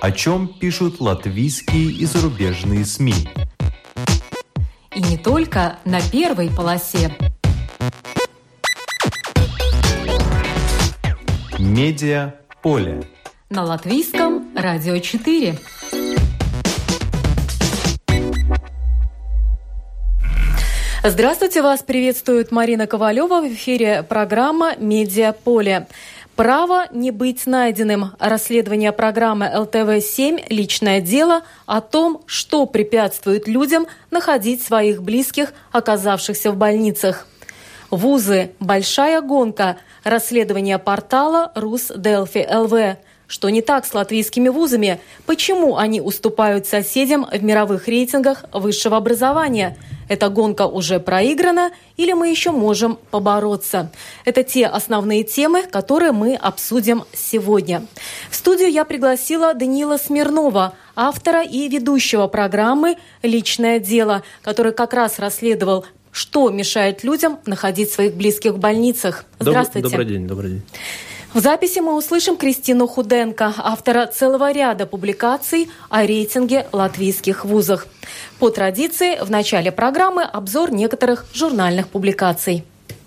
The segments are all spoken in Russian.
О чем пишут латвийские и зарубежные СМИ. И не только на первой полосе. Медиаполе. На Латвийском радио 4. Здравствуйте, вас приветствует Марина Ковалева. В эфире программа «Медиаполе». Право не быть найденным. Расследование программы ЛТВ-7 «Личное дело» о том, что препятствует людям находить своих близких, оказавшихся в больницах. Вузы. Большая гонка. Расследование портала «Рус-Делфи ЛВ». Что не так с латвийскими вузами? Почему они уступают соседям в мировых рейтингах высшего образования? Эта гонка уже проиграна или мы еще можем побороться? Это те основные темы, которые мы обсудим сегодня. В студию я пригласила Даниила Смирнова, автора и ведущего программы «Личное дело», который как раз расследовал, что мешает людям находить своих близких в больницах. Здравствуйте. Добрый день. В записи мы услышим Кристину Худенко, автора целого ряда публикаций о рейтинге латвийских вузов. По традиции, в начале программы обзор некоторых журнальных публикаций.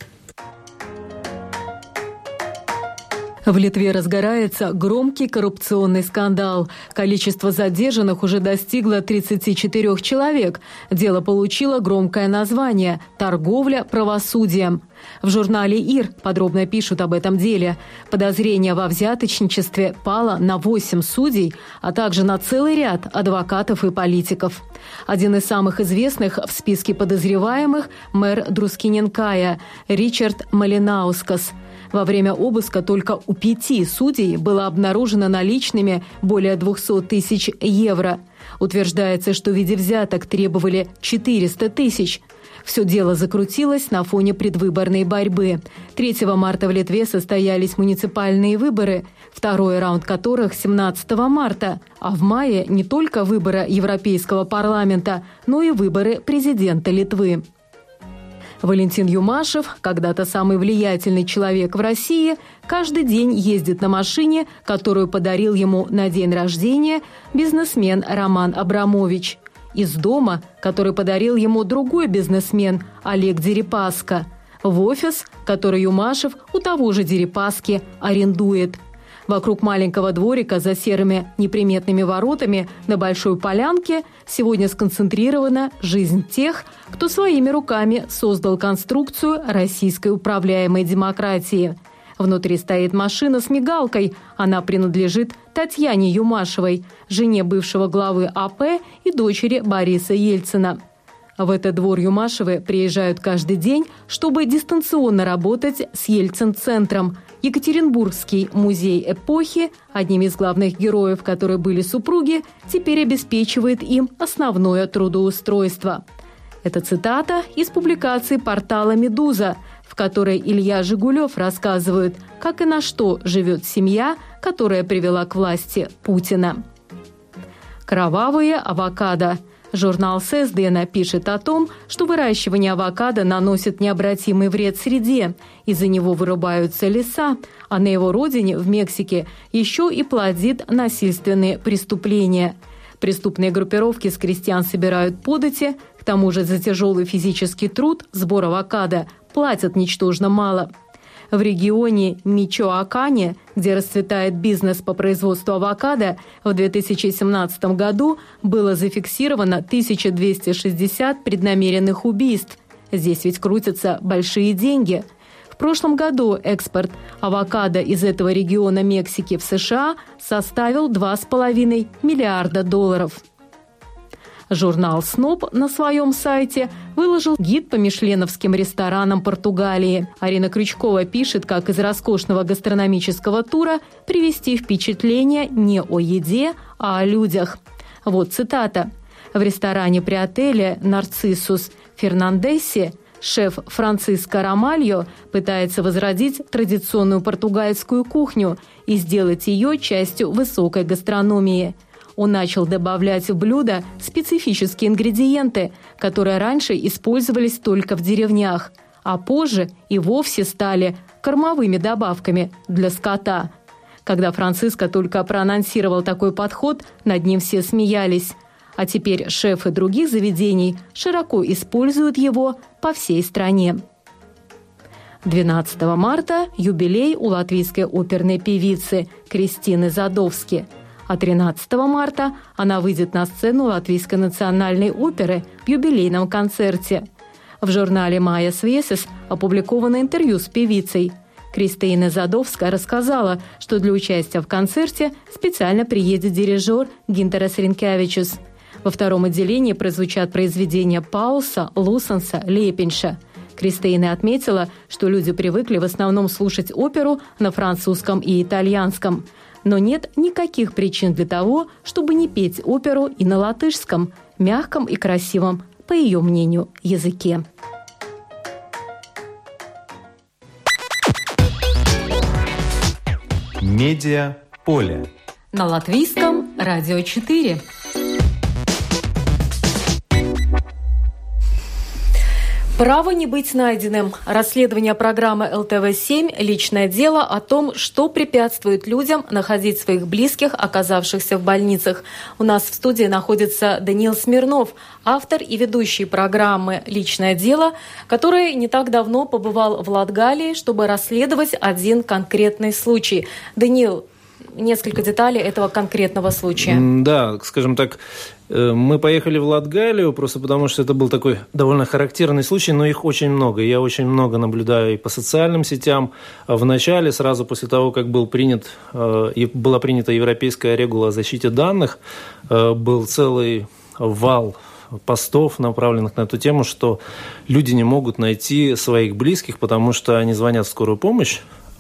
В Литве разгорается громкий коррупционный скандал. Количество задержанных уже достигло 34 человек. Дело получило громкое название «Торговля правосудием». В журнале «Ир» подробно пишут об этом деле. Подозрение во взяточничестве пало на 8 судей, а также на целый ряд адвокатов и политиков. Один из самых известных в списке подозреваемых – мэр Друскиненкая Ричард Малинаускас. Во время обыска только у 5 судей было обнаружено наличными более 200 тысяч евро. Утверждается, что в виде взяток требовали 400 тысяч. Все дело закрутилось на фоне предвыборной борьбы. 3 марта в Литве состоялись муниципальные выборы, второй раунд которых 17 марта. А в мае не только выборы Европейского парламента, но и выборы президента Литвы. Валентин Юмашев, когда-то самый влиятельный человек в России, каждый день ездит на машине, которую подарил ему на день рождения бизнесмен Роман Абрамович. Из дома, который подарил ему другой бизнесмен Олег Дерипаска. В офис, который Юмашев у того же Дерипаски арендует. Вокруг маленького дворика за серыми неприметными воротами на Большой Полянке сегодня сконцентрирована жизнь тех, кто своими руками создал конструкцию российской управляемой демократии. Внутри стоит машина с мигалкой. Она принадлежит Татьяне Юмашевой, жене бывшего главы АП и дочери Бориса Ельцина. В этот двор Юмашевы приезжают каждый день, чтобы дистанционно работать с Ельцин-центром. Екатеринбургский музей эпохи, одним из главных героев, которые были супруги, теперь обеспечивает им основное трудоустройство. Это цитата из публикации портала «Медуза», в которой Илья Жигулев рассказывает, как и на что живет семья, которая привела к власти Путина. Кровавые авокадо. Журнал «Сездена» пишет о том, что выращивание авокадо наносит необратимый вред среде. Из-за него вырубаются леса, а на его родине, в Мексике, еще и плодит насильственные преступления. Преступные группировки с крестьян собирают подати, к тому же за тяжелый физический труд сбор авокадо платят ничтожно мало. В регионе Мичоакане, где расцветает бизнес по производству авокадо, в 2017 году было зафиксировано 1260 преднамеренных убийств. Здесь ведь крутятся большие деньги. В прошлом году экспорт авокадо из этого региона Мексики в США составил $2,5 миллиарда. Журнал «Сноб» на своем сайте выложил гид по мишленовским ресторанам Португалии. Арина Крючкова пишет, как из роскошного гастрономического тура привести впечатление не о еде, а о людях. Вот цитата. В ресторане при отеле «Нарциссус Фернандеси» шеф Франциско Ромальо пытается возродить традиционную португальскую кухню и сделать ее частью высокой гастрономии. Он начал добавлять в блюда специфические ингредиенты, которые раньше использовались только в деревнях, а позже и вовсе стали кормовыми добавками для скота. Когда Франциско только проанонсировал такой подход, над ним все смеялись. А теперь шефы других заведений широко используют его по всей стране. 12 марта – юбилей у латвийской оперной певицы Кристины Задовски. А 13 марта она выйдет на сцену Латвийской национальной оперы в юбилейном концерте. В журнале «Майя Свесис» опубликовано интервью с певицей. Кристина Задовска рассказала, что для участия в концерте специально приедет дирижер Гинтерас Ринкевичус. Во втором отделении прозвучат произведения Пауса, Лусенса, Лепинша. Кристина отметила, что люди привыкли в основном слушать оперу на французском и итальянском. Но нет никаких причин для того, чтобы не петь оперу и на латышском, мягком и красивом, по ее мнению, языке. Медиаполе. На латвийском радио 4. Право не быть найденным. Расследование программы ЛТВ-7 «Личное дело» о том, что препятствует людям находить своих близких, оказавшихся в больницах. У нас в студии находится Даниил Смирнов, автор и ведущий программы «Личное дело», который не так давно побывал в Латгалии, чтобы расследовать один конкретный случай. Даниил, несколько деталей этого конкретного случая. Да, скажем так, мы поехали в Латгалию просто потому, что это был такой довольно характерный случай, но их очень много. Я очень много наблюдаю и по социальным сетям. В начале, сразу после того, как была принята европейская регула о защите данных, был целый вал постов, направленных на эту тему, что люди не могут найти своих близких, потому что они звонят в скорую помощь,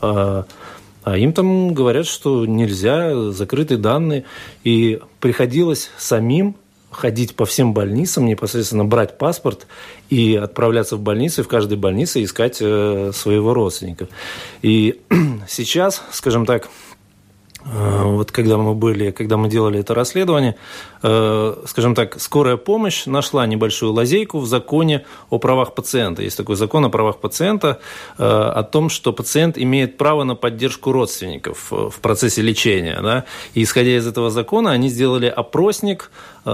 а им там говорят, что нельзя, закрыты данные. И приходилось самим ходить по всем больницам, непосредственно брать паспорт и отправляться в больницу, и в каждой больнице искать своего родственника. И сейчас, скажем так, вот когда мы делали это расследование, скажем так, скорая помощь нашла небольшую лазейку в законе о правах пациента. Есть такой закон о правах пациента, о том, что пациент имеет право на поддержку родственников в процессе лечения. Да? И исходя из этого закона, они сделали опросник,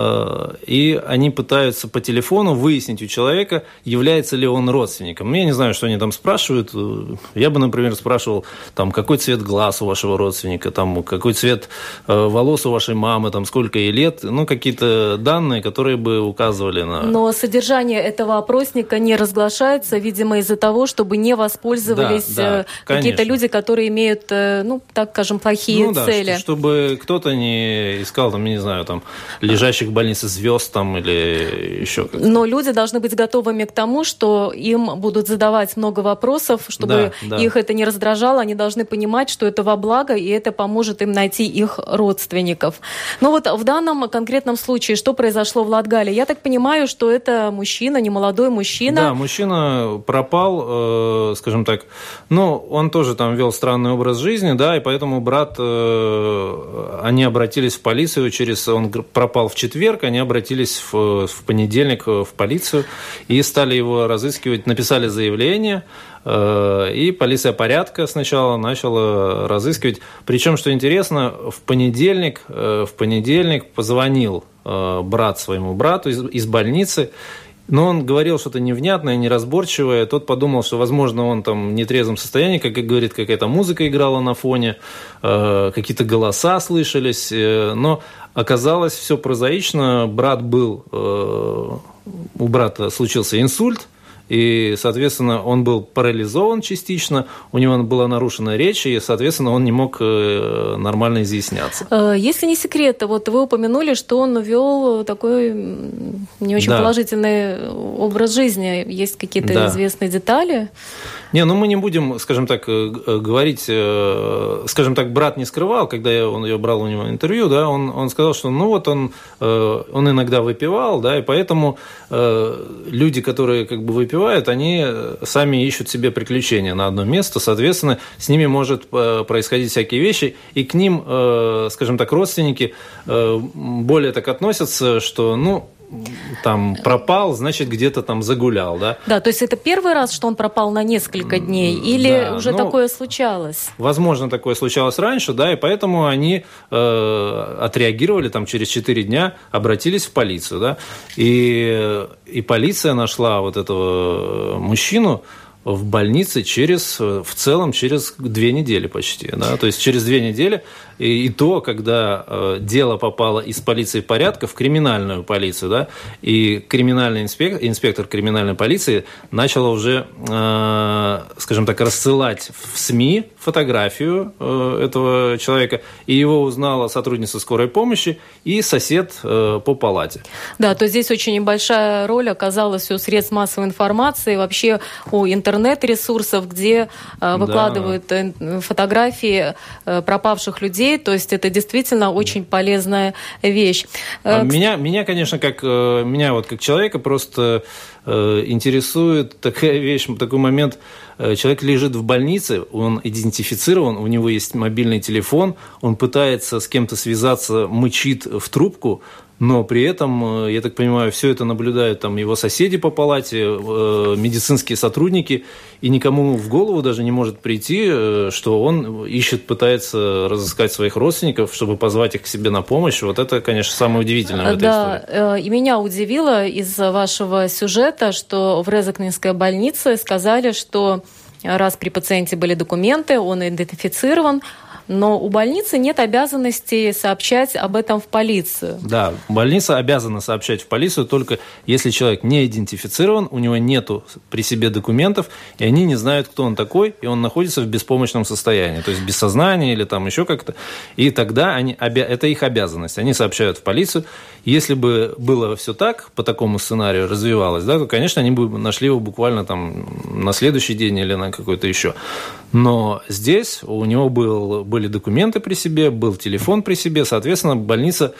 и они пытаются по телефону выяснить у человека, является ли он родственником. Я не знаю, что они там спрашивают. Я бы, например, спрашивал, какой цвет глаз у вашего родственника, какой цвет волос у вашей мамы, сколько ей лет, какие-то данные, которые бы указывали на... Но содержание этого опросника не разглашается, видимо, из-за того, чтобы не воспользовались какие-то люди, которые имеют, так скажем, плохие цели. Чтобы кто-то не искал, лежащих в больнице звезд или еще как-то. Но люди должны быть готовыми к тому, что им будут задавать много вопросов, чтобы их это не раздражало, они должны понимать, что это во благо, и это поможет им найти их родственников. Но вот в данном конкретном случае, что произошло в Латгалии? Я так понимаю, что это мужчина, немолодой мужчина. Да, мужчина пропал, скажем так, он тоже вел странный образ жизни, и поэтому они обратились в полицию он пропал в четверг, они обратились в понедельник в полицию и стали его разыскивать, написали заявление, и полиция порядка сначала начала разыскивать. Причем, что интересно, в понедельник позвонил брат своему брату из больницы, но он говорил что-то невнятное, неразборчивое. Тот подумал, что, возможно, он в нетрезвом состоянии, как говорит, какая-то музыка играла на фоне, какие-то голоса слышались, но оказалось все прозаично. У брата случился инсульт, и, соответственно, он был парализован частично, у него была нарушена речь, и, соответственно, он не мог нормально изъясняться. Если не секрет, вы упомянули, что он вел такой не очень положительный образ жизни. Есть какие-то известные детали? Мы не будем, скажем так, говорить, брат не скрывал, когда я брал у него интервью, он сказал, что он иногда выпивал, и поэтому люди, которые выпивают, они сами ищут себе приключения на одно место, соответственно, с ними может происходить всякие вещи, и к ним, скажем так, родственники более так относятся, что, там пропал, значит, где-то там загулял, да? Да, то есть это первый раз, что он пропал на несколько дней, или уже такое случалось? Возможно, такое случалось раньше, да, и поэтому они отреагировали там через 4 дня, обратились в полицию, да, и полиция нашла вот этого мужчину в больнице в целом через 2 недели почти, да, то есть через 2 недели, и то, когда дело попало из полиции порядка в криминальную полицию, да, и криминальный инспектор криминальной полиции начал уже, скажем так, рассылать в СМИ фотографию этого человека, и его узнала сотрудница скорой помощи и сосед по палате. Да, то здесь очень небольшая роль оказалась у средств массовой информации, вообще у интернет-ресурсов, где выкладывают фотографии пропавших людей, то есть это действительно очень полезная вещь. Меня, конечно, как человека просто интересует такая вещь, такой момент. Человек лежит в больнице, он идентифицирован, у него есть мобильный телефон, он пытается с кем-то связаться, мычит в трубку, но при этом, я так понимаю, все это наблюдают там его соседи по палате, медицинские сотрудники, и никому в голову даже не может прийти, что он пытается разыскать своих родственников, чтобы позвать их к себе на помощь. Вот это, конечно, самое удивительное в этой истории. Да, и меня удивило из вашего сюжета, что в Резекненской больнице сказали, что раз при пациенте были документы, он идентифицирован, но у больницы нет обязанности сообщать об этом в полицию. Да, больница обязана сообщать в полицию только если человек не идентифицирован, у него нету при себе документов, и они не знают, кто он такой, и он находится в беспомощном состоянии, то есть без сознания или там еще как-то. И тогда это их обязанность. Они сообщают в полицию. Если бы было все так, по такому сценарию развивалось, да, то, конечно, они бы нашли его буквально там на следующий день или на какой-то еще. Но здесь у него были документы при себе, был телефон при себе, соответственно, больница...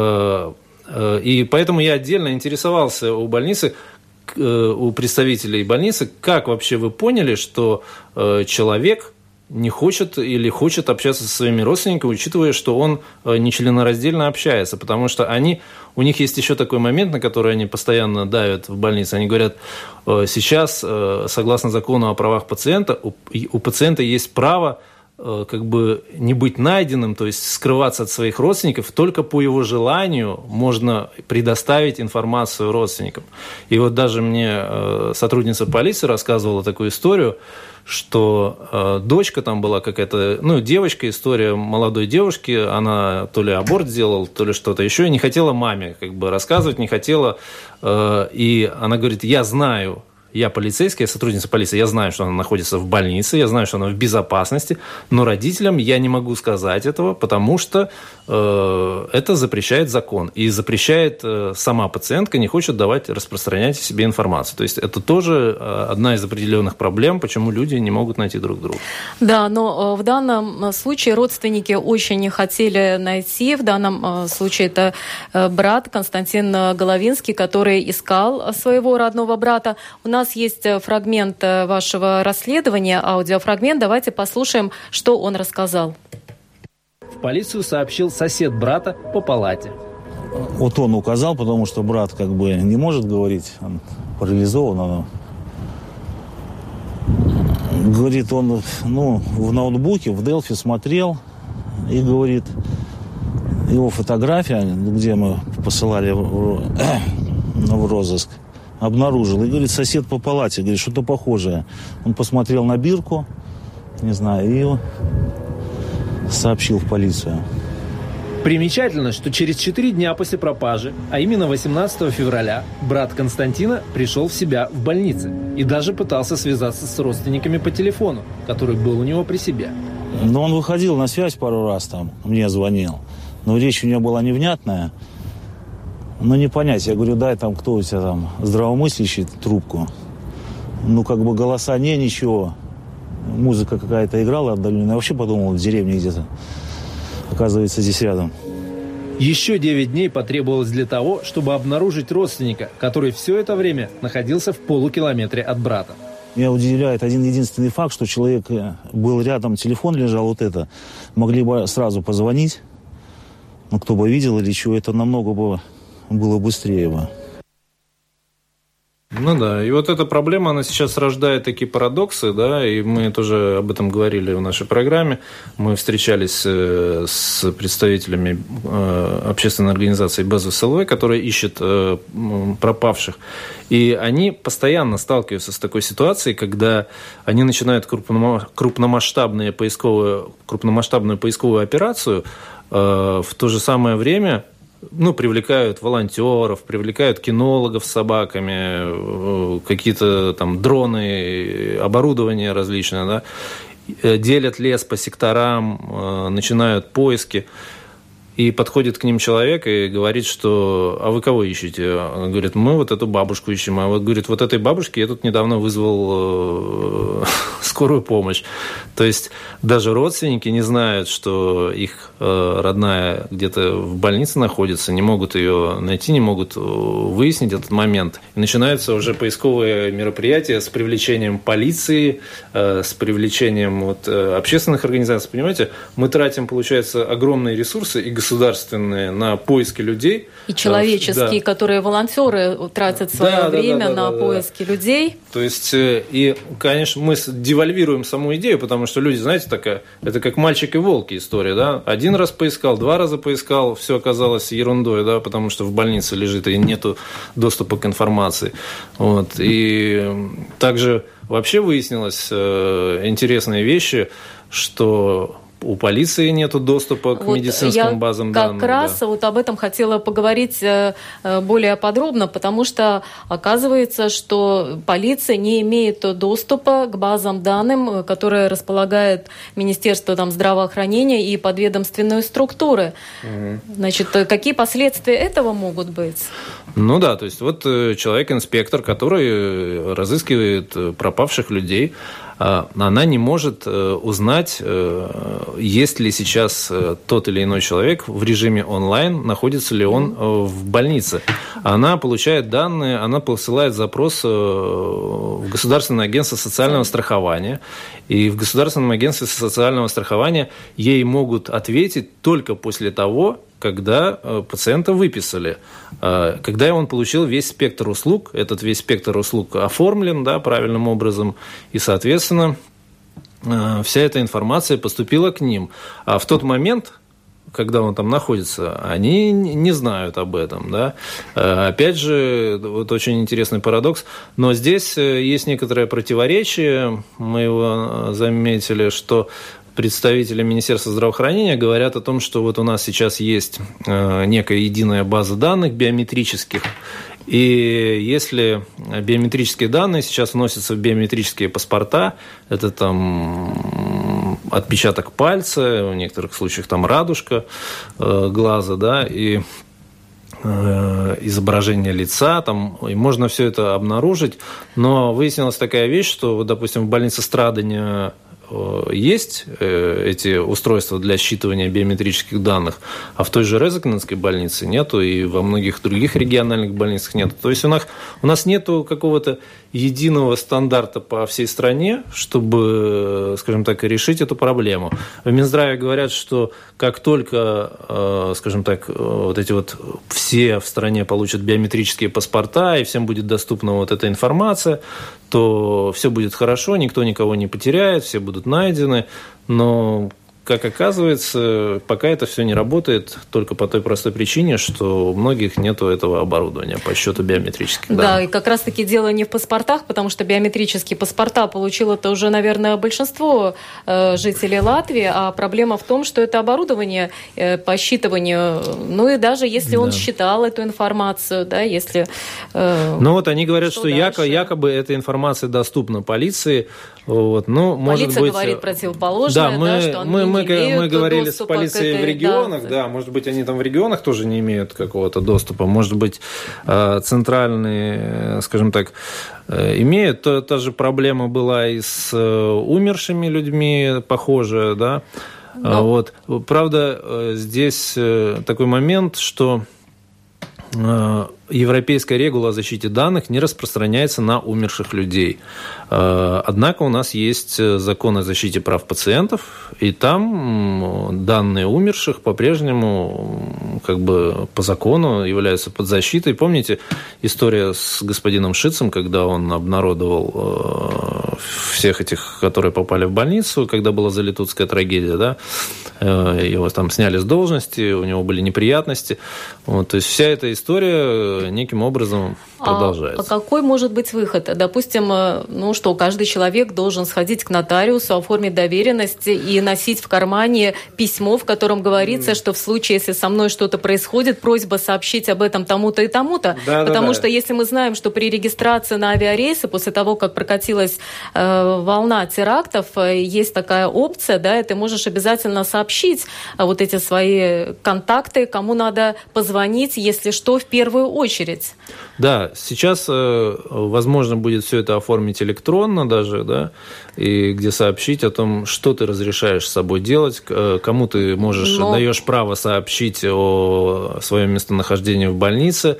И поэтому я отдельно интересовался у больницы, у представителей больницы, как вообще вы поняли, что человек не хочет или хочет общаться со своими родственниками, учитывая, что он нечленораздельно общается, потому что у них есть еще такой момент, на который они постоянно давят в больнице. Они говорят, сейчас, согласно закону о правах пациента, у пациента есть право как бы не быть найденным, то есть скрываться от своих родственников, только по его желанию можно предоставить информацию родственникам. И вот даже мне сотрудница полиции рассказывала такую историю, что дочка там была какая-то, девочка, история молодой девушки, она то ли аборт сделала, то ли что-то еще, и не хотела маме как бы рассказывать, не хотела, и она говорит, я полицейская, сотрудница полиции, я знаю, что она находится в больнице, я знаю, что она в безопасности, но родителям я не могу сказать этого, потому что это запрещает закон. И запрещает сама пациентка, не хочет распространять о себе информацию. То есть это тоже одна из определенных проблем, почему люди не могут найти друг друга. Да, но в данном случае родственники очень не хотели найти. В данном случае это брат Константин Головинский, который искал своего родного брата. У нас есть фрагмент вашего расследования, аудиофрагмент. Давайте послушаем, что он рассказал. В полицию сообщил сосед брата по палате. Вот он указал, потому что брат как бы не может говорить, он парализован. Говорит, он в ноутбуке, в Делфи смотрел и говорит, его фотография, где мы посылали в розыск, обнаружил. И говорит, сосед по палате, говорит, что-то похожее. Он посмотрел на бирку, не знаю, и сообщил в полицию. Примечательно, что через 4 дня после пропажи, а именно 18 февраля, брат Константина пришел в себя в больнице и даже пытался связаться с родственниками по телефону, который был у него при себе. Но он выходил на связь пару раз там, мне звонил, но речь у него была невнятная. Не понять, я говорю, дай там, кто у тебя там, здравомыслящий, трубку. Как бы голоса ничего. Музыка какая-то играла отдаленная. Я вообще подумал, в деревне где-то. Оказывается, здесь рядом. Еще 9 дней потребовалось для того, чтобы обнаружить родственника, который все это время находился в полукилометре от брата. Меня удивляет один единственный факт, что человек был рядом, телефон лежал, могли бы сразу позвонить. Кто бы видел или что, это намного бы было быстрее бы. Ну да, и вот эта проблема, она сейчас рождает такие парадоксы, да, и мы тоже об этом говорили в нашей программе. Мы встречались с представителями общественной организации БЭЗ-СЛВ, которая ищет пропавших, и они постоянно сталкиваются с такой ситуацией, когда они начинают крупномасштабную поисковую операцию, в то же самое время привлекают волонтеров, привлекают кинологов с собаками, какие-то там дроны, оборудование различное, да, делят лес по секторам, начинают поиски. И подходит к ним человек и говорит, что «А вы кого ищете?» Он говорит: «Мы вот эту бабушку ищем». А вот, говорит, вот этой бабушке я тут недавно вызвал скорую помощь. То есть даже родственники не знают, что их родная где-то в больнице находится, не могут ее найти, не могут выяснить этот момент. И начинаются уже поисковые мероприятия с привлечением полиции, с привлечением общественных организаций. Понимаете, мы тратим, получается, огромные ресурсы и государственные на поиски людей. И человеческие, да, которые волонтеры тратят свое время на поиски людей. То есть, и, конечно, мы девальвируем саму идею, потому что люди, знаете, это как мальчик и волки история, да? Один раз поискал, 2 раза поискал, все оказалось ерундой, да, потому что в больнице лежит и нету доступа к информации. Вот. И также вообще выяснилось интересные вещи, что у полиции нет доступа к медицинским базам данных. Я как раз об этом хотела поговорить более подробно, потому что оказывается, что полиция не имеет доступа к базам данных, которые располагает Министерство здравоохранения и подведомственные структуры. Значит, какие последствия этого могут быть? Ну да, то есть вот человек-инспектор, который разыскивает пропавших людей, она не может узнать, есть ли сейчас тот или иной человек в режиме онлайн, находится ли он в больнице. Она получает данные, она посылает запрос в Государственное агентство социального страхования. И в Государственном агентстве социального страхования ей могут ответить только после того, когда пациента выписали, когда он получил весь спектр услуг, этот весь спектр услуг оформлен, да, правильным образом, и, соответственно, вся эта информация поступила к ним. А в тот момент, когда он там находится, они не знают об этом, да. Опять же, вот очень интересный парадокс, но здесь есть некоторое противоречие, мы его заметили, что представители Министерства здравоохранения говорят о том, что вот у нас сейчас есть некая единая база данных биометрических, и если биометрические данные сейчас вносятся в биометрические паспорта, это там отпечаток пальца, в некоторых случаях там радужка глаза, да, и изображение лица, там, и можно все это обнаружить, но выяснилась такая вещь, что, вот, допустим, в больнице Страдания есть эти устройства для считывания биометрических данных, а в той же Резекненской больнице нету, и во многих других региональных больницах нету. То есть у нас нету какого-то единого стандарта по всей стране, чтобы, скажем так, решить эту проблему. В Минздраве говорят, что как только, скажем так, вот эти вот все в стране получат биометрические паспорта, и всем будет доступна вот эта информация, то все будет хорошо, никто никого не потеряет, все будут найдены, но, как оказывается, пока это все не работает только по той простой причине, что у многих нету этого оборудования по счету биометрических данных. Да, и как раз-таки дело не в паспортах, потому что биометрические паспорта получило-то уже, наверное, большинство жителей Латвии, а проблема в том, что это оборудование по считыванию, ну и даже если он считал эту информацию, да, если... Ну вот они говорят, что якобы эта информация доступна полиции. Вот, ну, может полиция быть, говорит противоположное, да, что они мы говорили с полицией этой, в регионах, да, может быть, они там в регионах тоже не имеют какого-то доступа, может быть, центральные, скажем так, имеют. Та же проблема была и с умершими людьми, похожая, да. Вот. Правда, здесь такой момент, что европейская регула о защите данных не распространяется на умерших людей. Однако у нас есть закон о защите прав пациентов, и там данные умерших по-прежнему как бы по закону являются под защитой. Помните история с господином Шицем, когда он обнародовал всех этих, которые попали в больницу, когда была Залитутская трагедия, да? Его там сняли с должности, у него были неприятности. Вот, то есть вся эта история неким образом продолжается. А какой может быть выход? Допустим, каждый человек должен сходить к нотариусу, оформить доверенность и носить в кармане письмо, в котором говорится, что в случае, если со мной что-то происходит, просьба сообщить об этом тому-то и тому-то. Потому что если мы знаем, что при регистрации на авиарейсы, после того, как прокатилась волна терактов, есть такая опция, да, и ты можешь обязательно сообщить вот эти свои контакты, кому надо позвонить, если что, в первую очередь. Да, сейчас возможно будет все это оформить электронно даже, да, и где сообщить о том, что ты разрешаешь с собой делать, кому ты даешь право сообщить о своем местонахождении в больнице,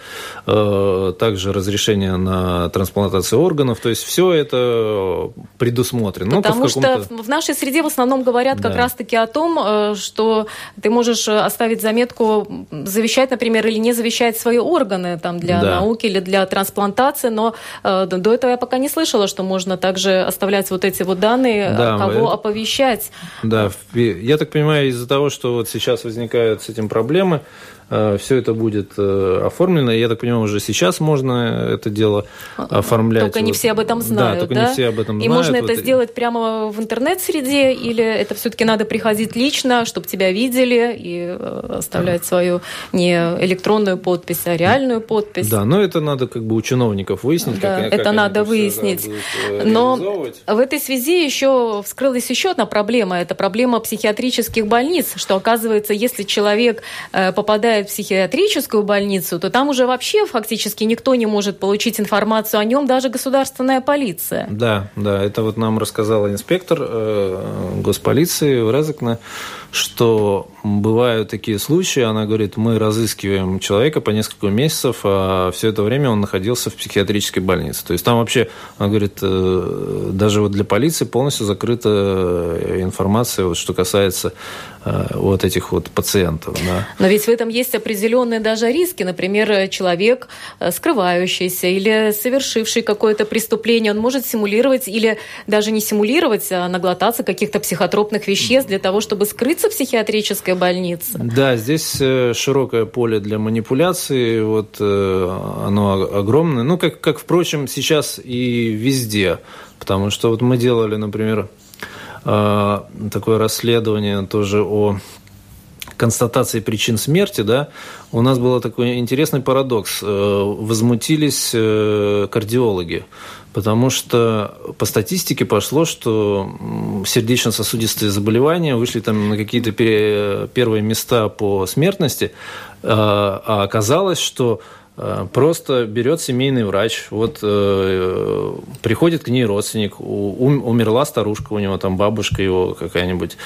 также разрешение на трансплантацию органов, то есть все это предусмотрено. Потому что в нашей среде в основном говорят как раз-таки о том, что ты можешь оставить заметку, завещать, например, или не завещать свои органы там, для науки или для трансплантации, но до этого я пока не слышала, что можно также оставлять вот эти вот данные, кого оповещать. Да, я так понимаю, из-за того, что вот сейчас возникают с этим проблемы, все это будет оформлено. Я так понимаю, уже сейчас можно это дело оформлять. Только не все об этом знают, да? Не все об этом знают. И можно это сделать прямо в интернет-среде, или это все-таки надо приходить лично, чтобы тебя видели, и оставлять свою не электронную подпись, а реальную подпись? Да, но это надо как бы у чиновников выяснить. Да, это надо выяснить. Но в этой связи еще вскрылась еще одна проблема. Это проблема психиатрических больниц, что, оказывается, если человек попадает в психиатрическую больницу, то там уже вообще фактически никто не может получить информацию о нем, даже государственная полиция. Да, это вот нам рассказала инспектор госполиции в Резекне, что бывают такие случаи, она говорит, мы разыскиваем человека по несколько месяцев, а все это время он находился в психиатрической больнице. То есть там вообще, она говорит, даже вот для полиции полностью закрыта информация, вот, что касается вот этих вот пациентов. Да. Но ведь в этом есть определенные даже риски. Например, человек, скрывающийся или совершивший какое-то преступление, он может симулировать или даже не симулировать, а наглотаться каких-то психотропных веществ для того, чтобы скрыться в психиатрической больнице. Да, здесь широкое поле для манипуляций, вот оно огромное. Ну, как, впрочем, сейчас и везде. Потому что вот мы делали, например, такое расследование тоже о констатации причин смерти, да, у нас был такой интересный парадокс. Возмутились кардиологи, потому что по статистике пошло, что сердечно-сосудистые заболевания вышли там на какие-то первые места по смертности, а оказалось, что просто берет семейный врач, вот приходит к ней родственник, умерла старушка у него, там бабушка его какая-нибудь,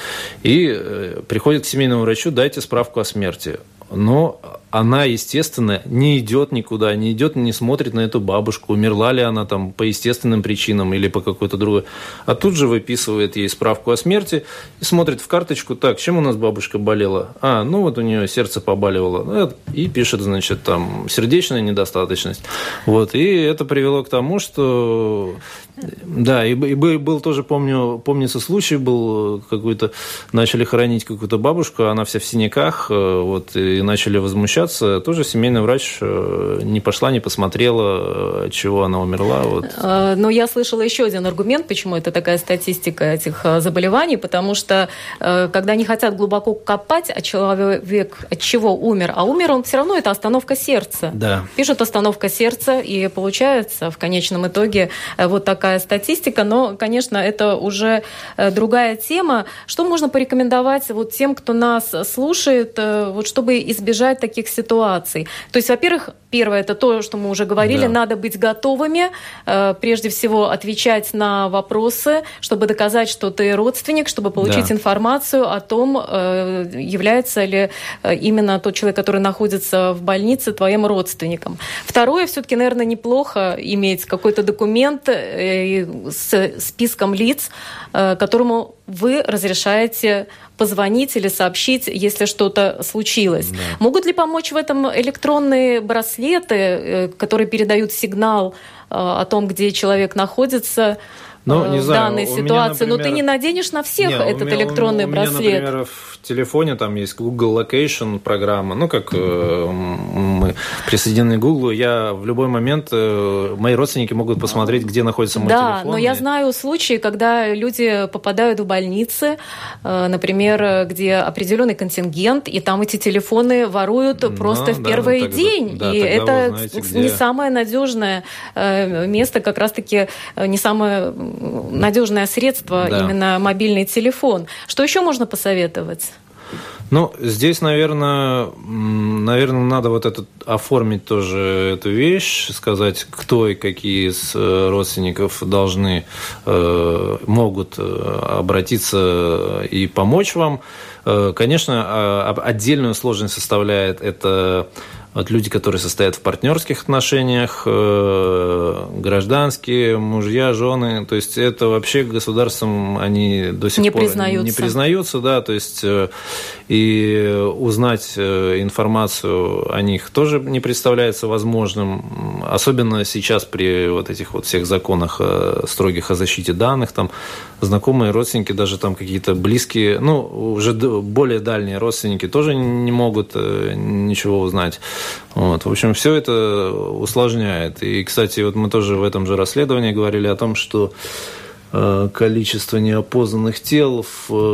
и приходит к семейному врачу, дайте справку о смерти. Но она, естественно, не идет никуда, не смотрит на эту бабушку, умерла ли она там по естественным причинам или по какой-то другой. А тут же выписывает ей справку о смерти и смотрит в карточку, так, чем у нас бабушка болела? Вот у нее сердце побаливало. И пишет, значит, там, сердечная недостаточность. Вот. И это привело к тому, что... Да, и был тоже, помнится, случай был какой-то, начали хоронить какую-то бабушку, она вся в синяках, вот, и начали возмущаться. Тоже семейный врач не пошла, не посмотрела, от чего она умерла. Вот. Но я слышала еще один аргумент, почему это такая статистика этих заболеваний, потому что когда не хотят глубоко копать, а человек от чего умер, а умер он все равно, это остановка сердца. Да. Пишут остановка сердца, и получается в конечном итоге вот такая статистика, но, конечно, это уже другая тема. Что можно порекомендовать вот тем, кто нас слушает, вот, чтобы избежать таких ситуаций? То есть, во-первых, первое, это то, что мы уже говорили, надо быть готовыми, прежде всего, отвечать на вопросы, чтобы доказать, что ты родственник, чтобы получить информацию о том, является ли именно тот человек, который находится в больнице, твоим родственником. Второе, все-таки, наверное, неплохо иметь какой-то документ с списком лиц, которому вы разрешаете позвонить или сообщить, если что-то случилось. Да. Могут ли помочь в этом электронные браслеты, которые передают сигнал о том, где человек находится в данной ситуации? Но ты не наденешь на всех этот электронный браслет. У меня, например, в телефоне там есть Google Location программа, как мы присоединены к Google, я в любой момент, мои родственники могут посмотреть, где находится мой телефон. Да, но я знаю случаи, когда люди попадают в больницы, например, где определенный контингент, и там эти телефоны воруют просто в первый день. И это не самое надежное место, как раз-таки не самое надежное средство, именно мобильный телефон. Что еще можно посоветовать? Здесь, наверное, надо оформить тоже эту вещь, сказать, кто и какие из родственников могут обратиться и помочь вам. Конечно, отдельную сложность составляет это люди, которые состоят в партнерских отношениях, гражданские, мужья, жены. То есть это вообще государством они до сих пор не признаются. Да, то есть и узнать информацию о них тоже не представляется возможным. Особенно сейчас при этих всех законах строгих о защите данных. Там знакомые родственники, даже там какие-то близкие, уже более дальние родственники тоже не могут ничего узнать. В общем, все это усложняет. И, кстати, мы тоже в этом же расследовании говорили о том, что количество неопознанных тел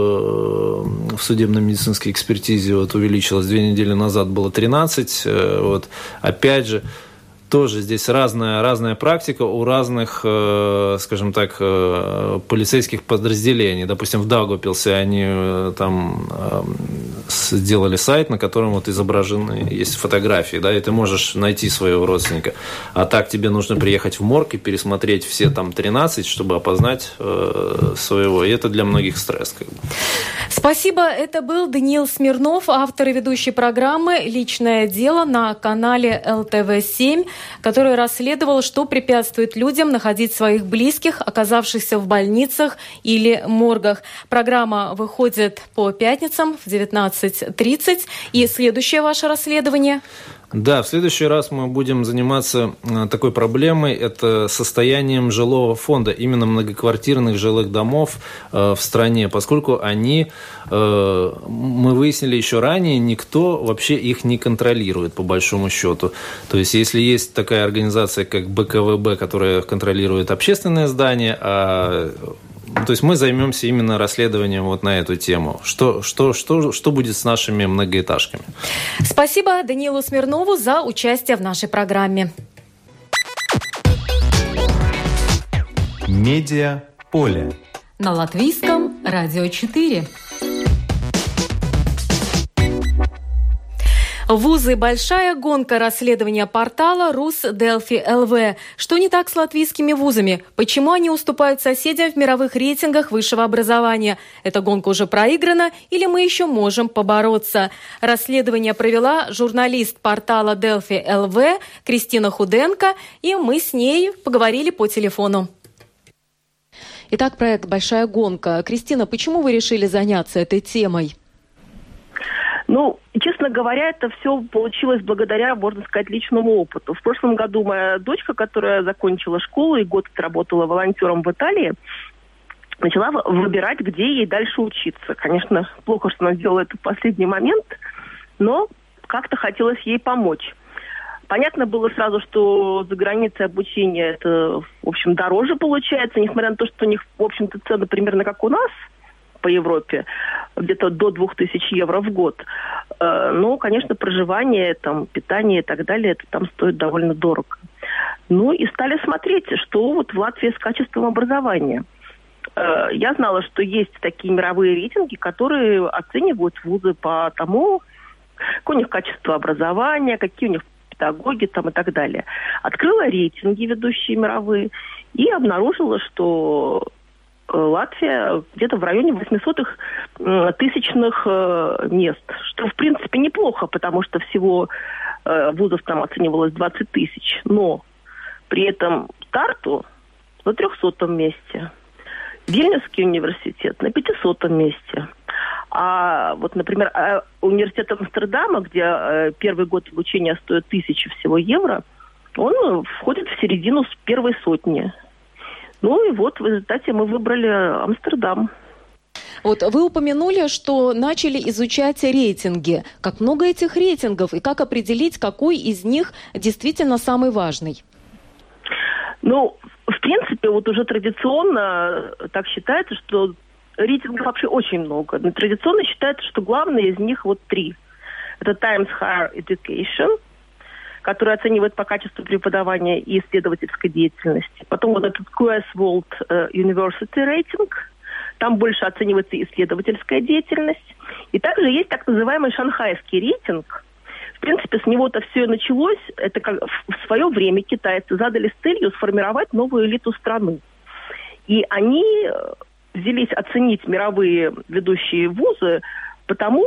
в судебно-медицинской экспертизе увеличилось. 2 недели назад было 13. Опять же, тоже здесь разная практика у разных, скажем так, полицейских подразделений. Допустим, в Даугавпилсе они там сделали сайт, на котором изображены есть фотографии, да, и ты можешь найти своего родственника. А так тебе нужно приехать в морг и пересмотреть все там 13, чтобы опознать своего. И это для многих стресс. Спасибо. Это был Даниил Смирнов, автор и ведущий программы «Личное дело» на канале ЛТВ-7, который расследовал, что препятствует людям находить своих близких, оказавшихся в больницах или моргах. Программа выходит по пятницам в 19:30. И следующее ваше расследование? Да, в следующий раз мы будем заниматься такой проблемой, это состоянием жилого фонда, именно многоквартирных жилых домов в стране, поскольку они, мы выяснили еще ранее, никто вообще их не контролирует, по большому счету. То есть, если есть такая организация, как БКВБ, которая контролирует общественные здания, то есть мы займемся именно расследованием на эту тему. Что будет с нашими многоэтажками? Спасибо Даниилу Смирнову за участие в нашей программе. Медиаполе. На Латвийском радио 4. Вузы. Большая гонка расследования портала РусДелфи.ЛВ. Что не так с латвийскими вузами? Почему они уступают соседям в мировых рейтингах высшего образования? Эта гонка уже проиграна или мы еще можем побороться? Расследование провела журналист портала Delfi.LV Кристина Худенко, и мы с ней поговорили по телефону. Итак, проект «Большая гонка». Кристина, почему вы решили заняться этой темой? Честно говоря, это все получилось благодаря, можно сказать, личному опыту. В прошлом году моя дочка, которая закончила школу и год работала волонтером в Италии, начала выбирать, где ей дальше учиться. Конечно, плохо, что она сделала это в последний момент, но как-то хотелось ей помочь. Понятно было сразу, что за границей обучение это, в общем, дороже получается, несмотря на то, что у них, в общем-то, цены примерно как у нас по Европе, где-то до 2000 евро в год. Но, конечно, проживание, питание и так далее, это там стоит довольно дорого. И стали смотреть, что в Латвии с качеством образования. Я знала, что есть такие мировые рейтинги, которые оценивают вузы по тому, какое у них качество образования, какие у них педагоги и так далее. Открыла рейтинги, ведущие мировые, и обнаружила, что Латвия где-то в районе 800 тысячных мест, что, в принципе, неплохо, потому что всего вузов там оценивалось 20 тысяч, но при этом старту на 300-м месте. Вильнюсский университет на 500-м месте. А вот, например, университет Амстердама, где первый год обучения стоит 1000 всего евро, он входит в середину с первой сотни. Ну и вот в результате мы выбрали Амстердам. Вот вы упомянули, что начали изучать рейтинги. Как много этих рейтингов и как определить, какой из них действительно самый важный? Ну, в принципе, вот уже традиционно так считается, что рейтингов вообще очень много. Но традиционно считается, что главные из них вот 3. Это Times Higher Education, который оценивает по качеству преподавания и исследовательской деятельности. Потом вот этот QS World University Rating, там больше оценивается исследовательская деятельность. И также есть так называемый шанхайский рейтинг. В принципе, с него-то все и началось. Это как в свое время китайцы задали с целью сформировать новую элиту страны. И они взялись оценить мировые ведущие вузы потому,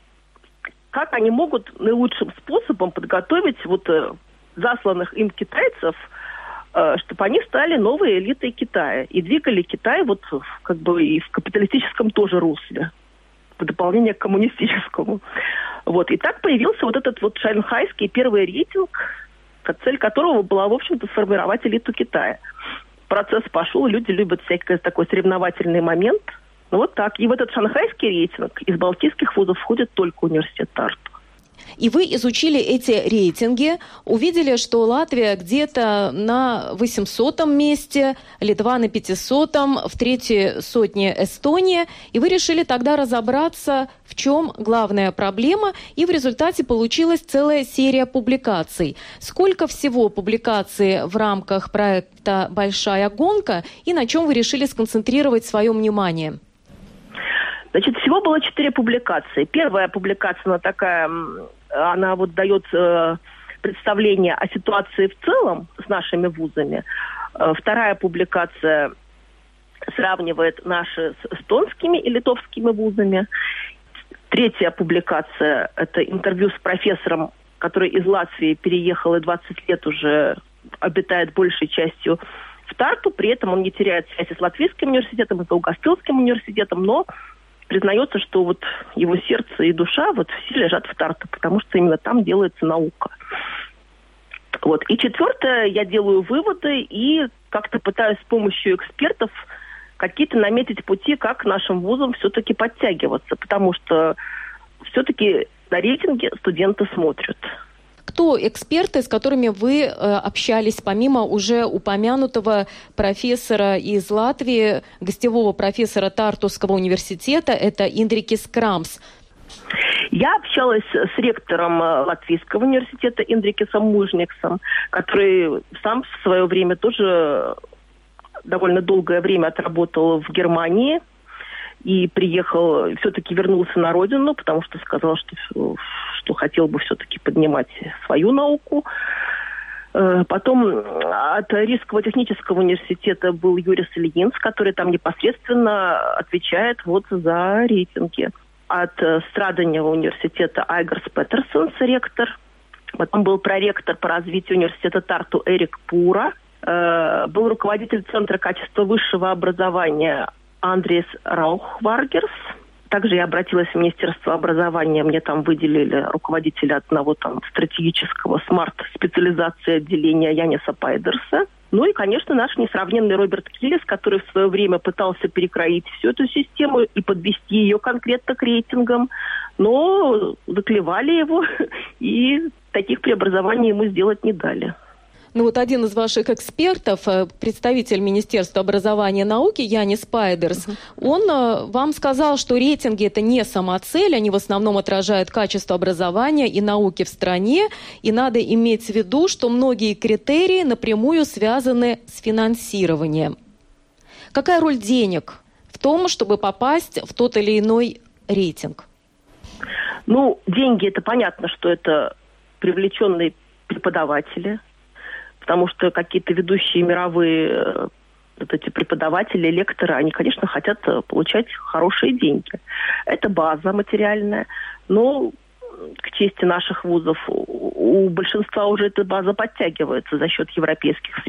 как они могут наилучшим способом подготовить вот засланных им китайцев, чтобы они стали новой элитой Китая и двигали Китай вот как бы и в капиталистическом тоже русле, в дополнение к коммунистическому. Вот. И так появился вот этот вот шанхайский первый рейтинг, цель которого была, в общем-то, сформировать элиту Китая. Процесс пошел, люди любят всякий такой соревновательный момент. Ну вот так. И в этот шанхайский рейтинг из балтийских вузов входит только университет Тарту. И вы изучили эти рейтинги, увидели, что Латвия где-то на 800-м месте, Литва на 500-м, в третьей сотне Эстония, и вы решили тогда разобраться, в чем главная проблема, и в результате получилась целая серия публикаций. Сколько всего публикаций в рамках проекта «Большая гонка» и на чем вы решили сконцентрировать свое внимание? Значит, всего было 4 публикации. Первая публикация, она такая, она вот дает представление о ситуации в целом с нашими вузами. Вторая публикация сравнивает наши с эстонскими и литовскими вузами. Третья публикация – это интервью с профессором, который из Латвии переехал и 20 лет уже обитает большей частью в Тарту. При этом он не теряет связи с Латвийским университетом и Даугавпилским университетом, но признается, что вот его сердце и душа вот все лежат в Тарту, потому что именно там делается наука. Вот. И четвертое, я делаю выводы и как-то пытаюсь с помощью экспертов какие-то наметить пути, как нашим вузам все-таки подтягиваться, потому что все-таки на рейтинге студенты смотрят. Кто эксперты, с которыми вы общались, помимо уже упомянутого профессора из Латвии, гостевого профессора Тартуского университета, это Индрикис Крамс? Я общалась с ректором Латвийского университета Индрикисом Мужниксом, который сам в свое время тоже довольно долгое время отработал в Германии и приехал, все-таки вернулся на родину, потому что сказал, что хотел бы все-таки поднимать свою науку. Потом от Рижского технического университета был Юрис Ильинс, который там непосредственно отвечает вот за рейтинги. От Страданьего университета Айгарс Петерсенс, ректор. Потом был проректор по развитию университета Тарту Эрик Пура. Был руководитель Центра качества высшего образования Андрес Раухваргерс. Также я обратилась в Министерство образования, мне там выделили руководителя одного там стратегического смарт-специализации отделения Яниса Пайдерса. Ну и, конечно, наш несравненный Роберт Киллис, который в свое время пытался перекроить всю эту систему и подвести ее конкретно к рейтингам, но заклевали его, и таких преобразований ему сделать не дали. Ну вот один из ваших экспертов, представитель Министерства образования и науки Янис Пайдерс, он вам сказал, что рейтинги – это не самоцель, они в основном отражают качество образования и науки в стране, и надо иметь в виду, что многие критерии напрямую связаны с финансированием. Какая роль денег в том, чтобы попасть в тот или иной рейтинг? Ну, деньги – это понятно, что это привлеченные преподаватели, потому что какие-то ведущие мировые вот эти преподаватели, лекторы, они, конечно, хотят получать хорошие деньги. Это база материальная, но к чести наших вузов у большинства уже эта база подтягивается за счет европейских средств,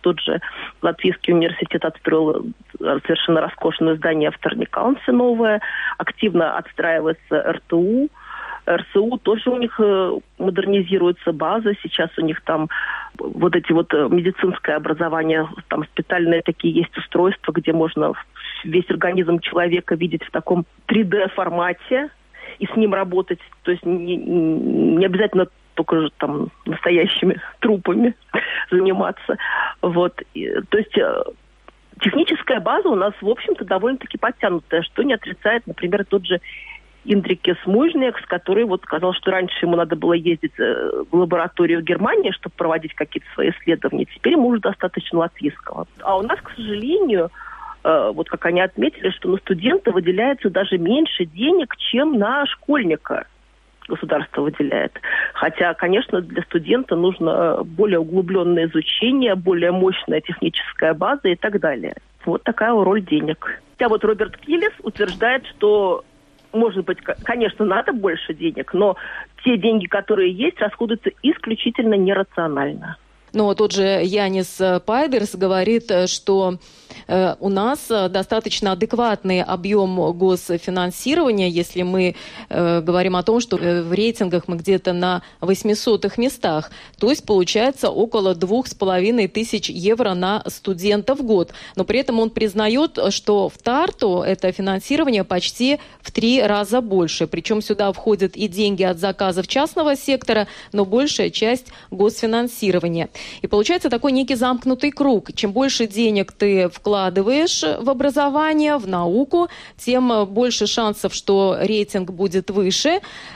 тот же Латвийский университет отстроил совершенно роскошное здание в Тарникалнсе новое, активно отстраивается РТУ. РСУ тоже у них модернизируется база, сейчас у них там вот эти вот медицинское образование, там специальные такие есть устройства, где можно весь организм человека видеть в таком 3D-формате и с ним работать, то есть не обязательно только же там настоящими трупами заниматься. Вот. То есть техническая база у нас, в общем-то, довольно-таки подтянутая, что не отрицает, например, тот же Индрикес Мужнекс, который вот сказал, что раньше ему надо было ездить в лабораторию в Германии, чтобы проводить какие-то свои исследования. Теперь ему уже достаточно латвийского. А у нас, к сожалению, вот как они отметили, что на студента выделяется даже меньше денег, чем на школьника государство выделяет. Хотя, конечно, для студента нужно более углубленное изучение, более мощная техническая база и так далее. Вот такая роль денег. Хотя вот Роберт Килес утверждает, что может быть, конечно, надо больше денег, но те деньги, которые есть, расходуются исключительно нерационально. Но тот же Янис Пайдерс говорит, что у нас достаточно адекватный объем госфинансирования, если мы говорим о том, что в рейтингах мы где-то на 800-х местах. То есть получается около 2500 евро на студента в год. Но при этом он признает, что в Тарту это финансирование почти в 3 раза больше. Причем сюда входят и деньги от заказов частного сектора, но большая часть госфинансирования. И получается такой некий замкнутый круг. Чем больше денег ты вкладываешь в образование, в науку, тем больше шансов, что рейтинг будет выше.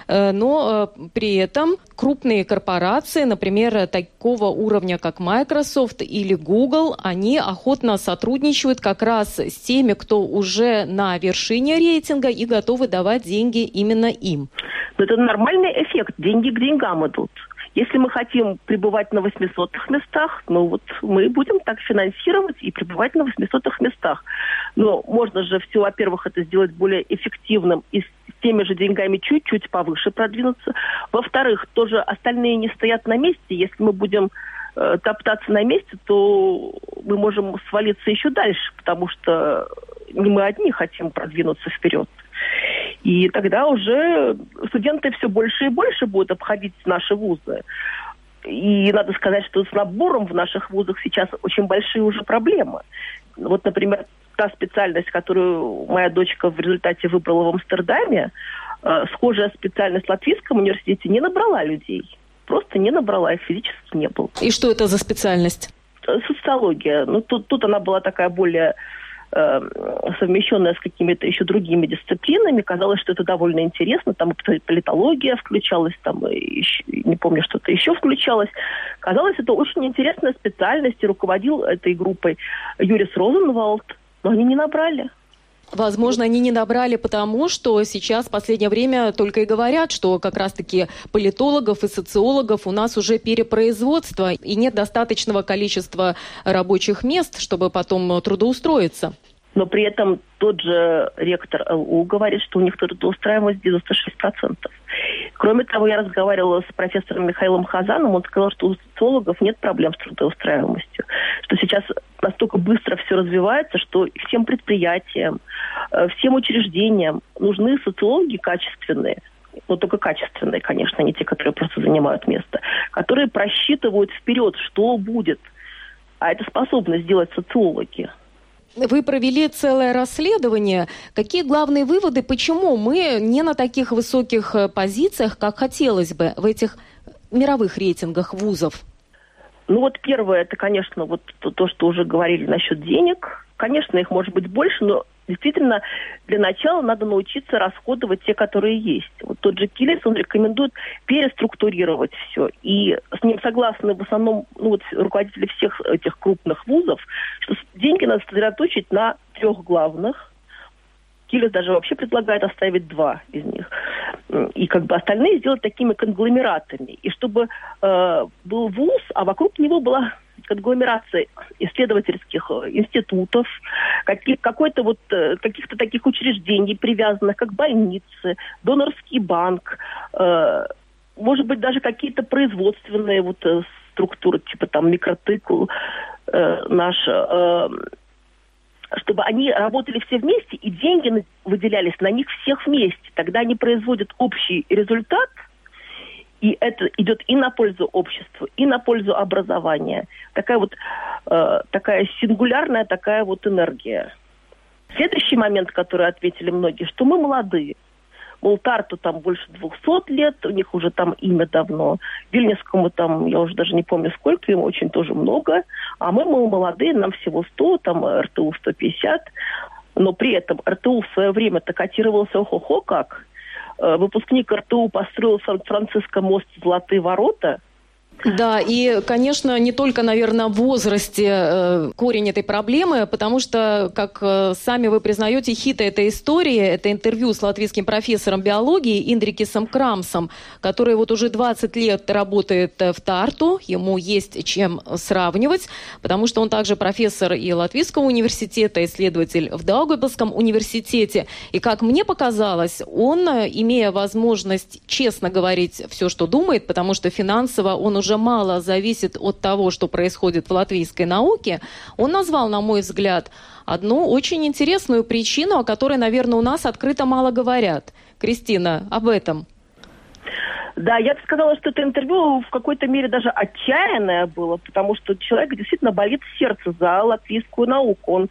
Но при этом крупные корпорации, например, такого уровня, как Microsoft или Google, они охотно сотрудничают как раз с теми, кто уже на вершине рейтинга и готовы давать деньги именно им. Но это нормальный эффект. Деньги к деньгам идут. Если мы хотим пребывать на 800-х местах, ну вот мы будем так финансировать и пребывать на 800-х местах. Но можно же все, во-первых, это сделать более эффективным и с теми же деньгами чуть-чуть повыше продвинуться. Во-вторых, тоже остальные не стоят на месте. Если мы будем топтаться на месте, то мы можем свалиться еще дальше, потому что не мы одни хотим продвинуться вперед. И тогда уже студенты все больше и больше будут обходить наши вузы. И надо сказать, что с набором в наших вузах сейчас очень большие уже проблемы. Вот, например, та специальность, которую моя дочка в результате выбрала в Амстердаме, схожая специальность в Латвийском университете не набрала людей. Просто не набрала, их физически не было. И что это за специальность? Социология. Ну, тут она была такая более совмещенная с какими-то еще другими дисциплинами. Казалось, что это довольно интересно. Там и политология включалась, там и не помню, что-то еще включалось. Казалось, это очень интересная специальность, и руководил этой группой Юрис Розенвалд, но они не набрали. Возможно, они не набрали потому, что сейчас в последнее время только и говорят, что как раз-таки политологов и социологов у нас уже перепроизводство, и нет достаточного количества рабочих мест, чтобы потом трудоустроиться. Но при этом тот же ректор ЛУ говорит, что у них трудоустраиваемость 96%. Кроме того, я разговаривала с профессором Михаилом Хазаном, он сказал, что у социологов нет проблем с трудоустраиваемостью, что сейчас настолько быстро все развивается, что всем предприятиям, всем учреждениям нужны социологи качественные, но только качественные, конечно, не те, которые просто занимают место, которые просчитывают вперед, что будет. А это способны сделать социологи. Вы провели целое расследование. Какие главные выводы, почему мы не на таких высоких позициях, как хотелось бы, в этих мировых рейтингах вузов? Ну вот первое, это, конечно, вот то, что уже говорили насчет денег. Конечно, их может быть больше, но действительно для начала надо научиться расходовать те, которые есть. Вот тот же Килес, он рекомендует переструктурировать все. И с ним согласны в основном руководители всех этих крупных вузов, что деньги надо сосредоточить на 3 главных. Килес даже вообще предлагает оставить 2 из них. И остальные сделать такими конгломератами. И чтобы был вуз, а вокруг него была конгломерация исследовательских институтов, каких-то таких учреждений, привязанных, как больницы, донорский банк, может быть, даже какие-то производственные структуры, типа там микроцикл. чтобы они работали все вместе, и деньги выделялись на них всех вместе. Тогда они производят общий результат, и это идет и на пользу обществу, и на пользу образования. Такая сингулярная такая вот энергия. Следующий момент, который ответили многие, что мы молодые. Мол, Тарту там больше 200 лет, у них уже там имя давно. Вильнюсскому там, я уже даже не помню сколько, им очень тоже много. А мы молодые, нам всего 100, там РТУ 150. Но при этом РТУ в свое время-то котировался ого-го как. Выпускник РТУ построил в Сан-Франциско мост «Золотые ворота». Да, и, конечно, не только, наверное, в возрасте корень этой проблемы, потому что, как сами вы признаете, хит этой истории, это интервью с латвийским профессором биологии Индрикисом Крамсом, который вот уже 20 лет работает в Тарту, ему есть чем сравнивать, потому что он также профессор и Латвийского университета, исследователь в Даугавпилском университете. И, как мне показалось, он, имея возможность честно говорить все, что думает, потому что финансово он уже мало зависит от того, что происходит в латвийской науке, он назвал, на мой взгляд, одну очень интересную причину, о которой, наверное, у нас открыто мало говорят. Кристина, об этом. Да, я бы сказала, что это интервью в какой-то мере даже отчаянное было, потому что человек действительно болит сердце за латвийскую науку. Он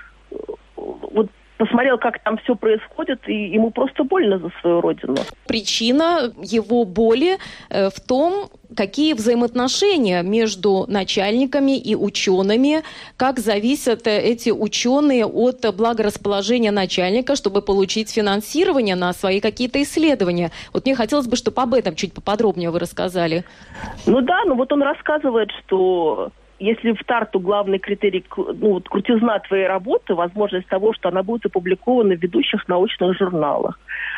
вот посмотрел, как там все происходит, и ему просто больно за свою родину. Причина его боли в том, какие взаимоотношения между начальниками и учеными, как зависят эти ученые от благорасположения начальника, чтобы получить финансирование на свои какие-то исследования. Вот мне хотелось бы, чтобы об этом чуть поподробнее вы рассказали. Вот он рассказывает, что если в Тарту главный критерий, крутизна твоей работы, возможность того, что она будет опубликована в ведущих научных журналах,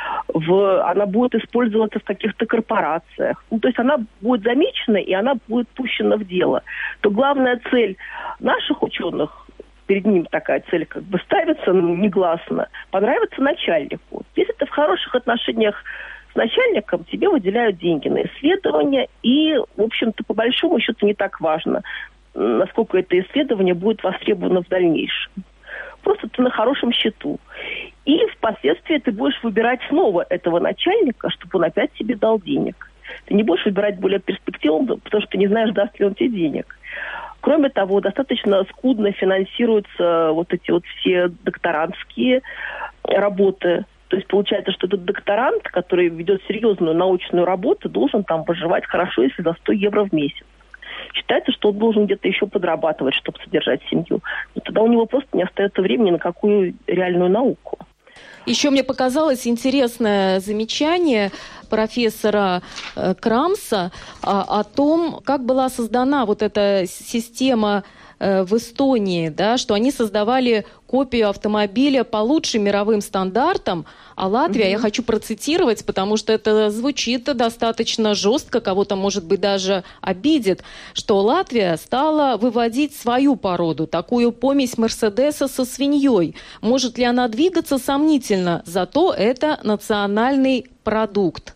она будет использоваться в каких-то корпорациях, то есть она будет замечена и она будет пущена в дело, то главная цель наших ученых, перед ним такая цель как бы ставится негласно, понравится начальнику. Если ты в хороших отношениях с начальником, тебе выделяют деньги на исследования, и, в общем-то, по большому счету не так важно, насколько это исследование будет востребовано в дальнейшем. Просто ты на хорошем счету. И впоследствии ты будешь выбирать снова этого начальника, чтобы он опять тебе дал денег. Ты не будешь выбирать более перспективного, потому что ты не знаешь, даст ли он тебе денег. Кроме того, достаточно скудно финансируются вот эти вот все докторантские работы. То есть получается, что этот докторант, который ведет серьезную научную работу, должен там выживать хорошо, если за 100 евро в месяц. Считается, что он должен где-то еще подрабатывать, чтобы содержать семью. Но тогда у него просто не остается времени на какую реальную науку. Еще мне показалось интересное замечание профессора Крамса о том, как была создана вот эта система в Эстонии, да, что они создавали копию автомобиля по лучшим мировым стандартам, а Латвия, я хочу процитировать, потому что это звучит достаточно жестко, кого-то, может быть, даже обидит, что Латвия стала выводить свою породу, такую помесь Мерседеса со свиньей. Может ли она двигаться, сомнительно, зато это национальный продукт.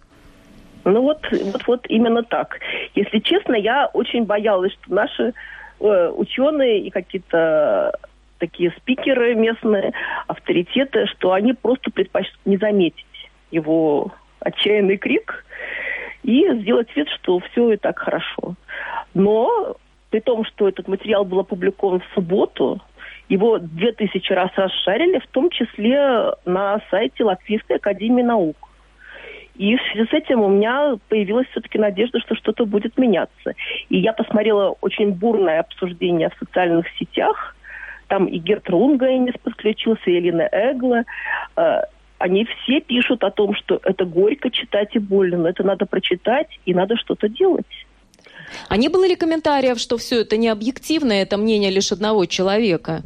Вот именно так. Если честно, я очень боялась, что наши ученые и какие-то такие спикеры местные, авторитеты, что они просто предпочтут не заметить его отчаянный крик и сделать вид, что все и так хорошо. Но при том, что этот материал был опубликован в субботу, его 2000 раз расшарили, в том числе на сайте Латвийской академии наук. И в связи с этим у меня появилась все-таки надежда, что что-то будет меняться. И я посмотрела очень бурное обсуждение в социальных сетях. Там и Герт Рунгайнис подключился, и Элина Эгла. Они все пишут о том, что это горько читать и больно, но это надо прочитать, и надо что-то делать. А не было ли комментариев, что все это не объективно, это мнение лишь одного человека?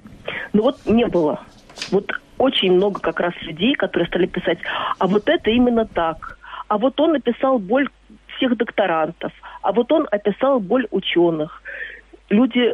Не было. Очень много как раз людей, которые стали писать, а вот это именно так. А вот он описал боль всех докторантов. А вот он описал боль ученых. Люди